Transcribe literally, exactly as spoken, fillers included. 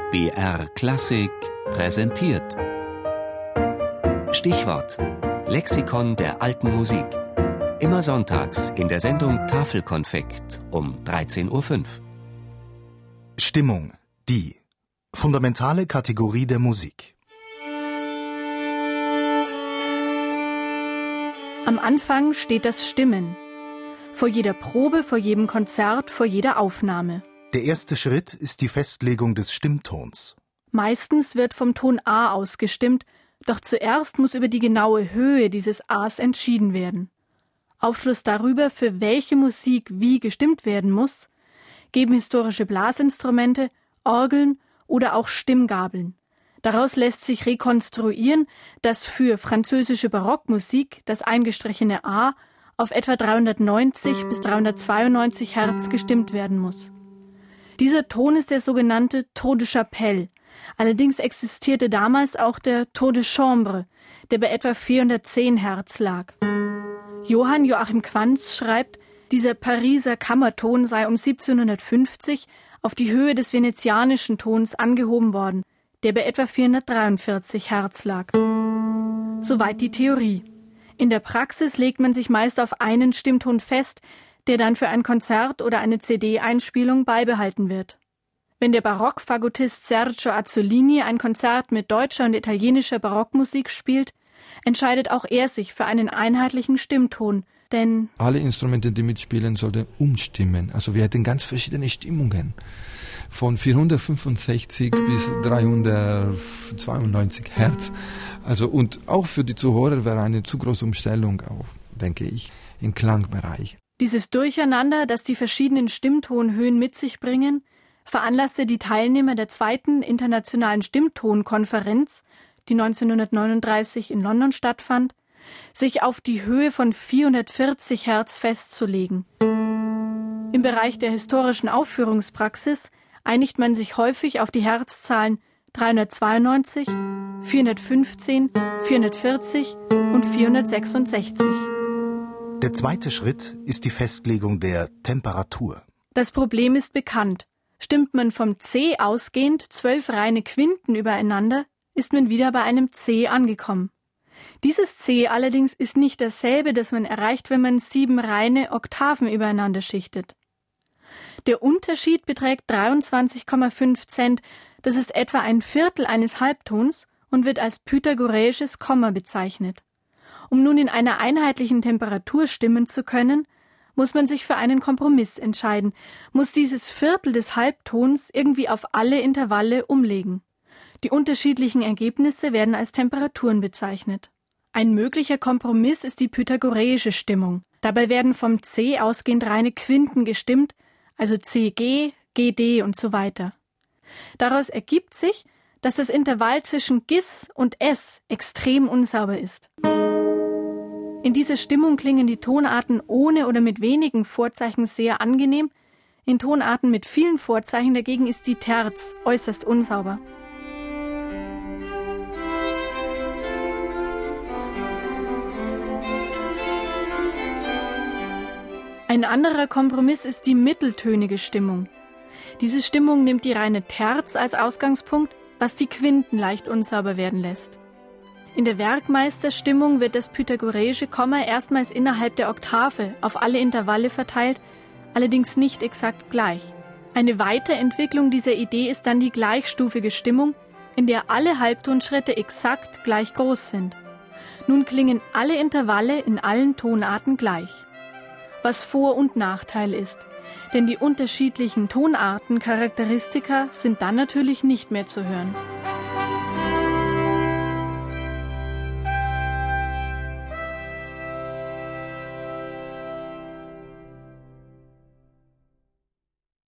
B R Klassik präsentiert. Stichwort: Lexikon der alten Musik. Immer sonntags in der Sendung Tafelkonfekt um dreizehn Uhr fünf. Stimmung, die fundamentale Kategorie der Musik. Am Anfang steht das Stimmen. Vor jeder Probe, vor jedem Konzert, vor jeder Aufnahme. Der erste Schritt ist die Festlegung des Stimmtons. Meistens wird vom Ton A ausgestimmt, doch zuerst muss über die genaue Höhe dieses A's entschieden werden. Aufschluss darüber, für welche Musik wie gestimmt werden muss, geben historische Blasinstrumente, Orgeln oder auch Stimmgabeln. Daraus lässt sich rekonstruieren, dass für französische Barockmusik das eingestrichene A auf etwa dreihundertneunzig bis dreihundertzweiundneunzig Hertz gestimmt werden muss. Dieser Ton ist der sogenannte Ton de Chapelle. Allerdings existierte damals auch der Ton de Chambre, der bei etwa vierhundertzehn Hertz lag. Johann Joachim Quantz schreibt, dieser Pariser Kammerton sei um siebzehnhundertfünfzig auf die Höhe des venezianischen Tons angehoben worden, der bei etwa vierhundertdreiundvierzig Hertz lag. Soweit die Theorie. In der Praxis legt man sich meist auf einen Stimmton fest, der dann für ein Konzert oder eine C D-Einspielung beibehalten wird. Wenn der Barockfagottist Sergio Azzolini ein Konzert mit deutscher und italienischer Barockmusik spielt, entscheidet auch er sich für einen einheitlichen Stimmton, denn alle Instrumente, die mitspielen, sollten umstimmen. Also wir hätten ganz verschiedene Stimmungen. Von vierhundertfünfundsechzig bis dreihundertzweiundneunzig Hertz. Also, und auch für die Zuhörer wäre eine zu große Umstellung auch, denke ich, im Klangbereich. Dieses Durcheinander, das die verschiedenen Stimmtonhöhen mit sich bringen, veranlasste die Teilnehmer der zweiten internationalen Stimmtonkonferenz, die neunzehnhundertneununddreißig in London stattfand, sich auf die Höhe von vierhundertvierzig Hertz festzulegen. Im Bereich der historischen Aufführungspraxis einigt man sich häufig auf die Hertzzahlen dreihundertzweiundneunzig, vierhundertfünfzehn, vierhundertvierzig und vierhundertsechsundsechzig. Der zweite Schritt ist die Festlegung der Temperatur. Das Problem ist bekannt. Stimmt man vom C ausgehend zwölf reine Quinten übereinander, ist man wieder bei einem C angekommen. Dieses C allerdings ist nicht dasselbe, das man erreicht, wenn man sieben reine Oktaven übereinander schichtet. Der Unterschied beträgt dreiundzwanzig Komma fünf Cent, das ist etwa ein Viertel eines Halbtons und wird als pythagoreisches Komma bezeichnet. Um nun in einer einheitlichen Temperatur stimmen zu können, muss man sich für einen Kompromiss entscheiden, muss dieses Viertel des Halbtons irgendwie auf alle Intervalle umlegen. Die unterschiedlichen Ergebnisse werden als Temperaturen bezeichnet. Ein möglicher Kompromiss ist die pythagoreische Stimmung. Dabei werden vom C ausgehend reine Quinten gestimmt, also C G, G D und so weiter. Daraus ergibt sich, dass das Intervall zwischen Gis und S extrem unsauber ist. In dieser Stimmung klingen die Tonarten ohne oder mit wenigen Vorzeichen sehr angenehm. In Tonarten mit vielen Vorzeichen dagegen ist die Terz äußerst unsauber. Ein anderer Kompromiss ist die mitteltönige Stimmung. Diese Stimmung nimmt die reine Terz als Ausgangspunkt, was die Quinten leicht unsauber werden lässt. In der Werkmeisterstimmung wird das pythagoreische Komma erstmals innerhalb der Oktave auf alle Intervalle verteilt, allerdings nicht exakt gleich. Eine Weiterentwicklung dieser Idee ist dann die gleichstufige Stimmung, in der alle Halbtonschritte exakt gleich groß sind. Nun klingen alle Intervalle in allen Tonarten gleich. Was Vor- und Nachteil ist, denn die unterschiedlichen Tonartencharakteristika sind dann natürlich nicht mehr zu hören.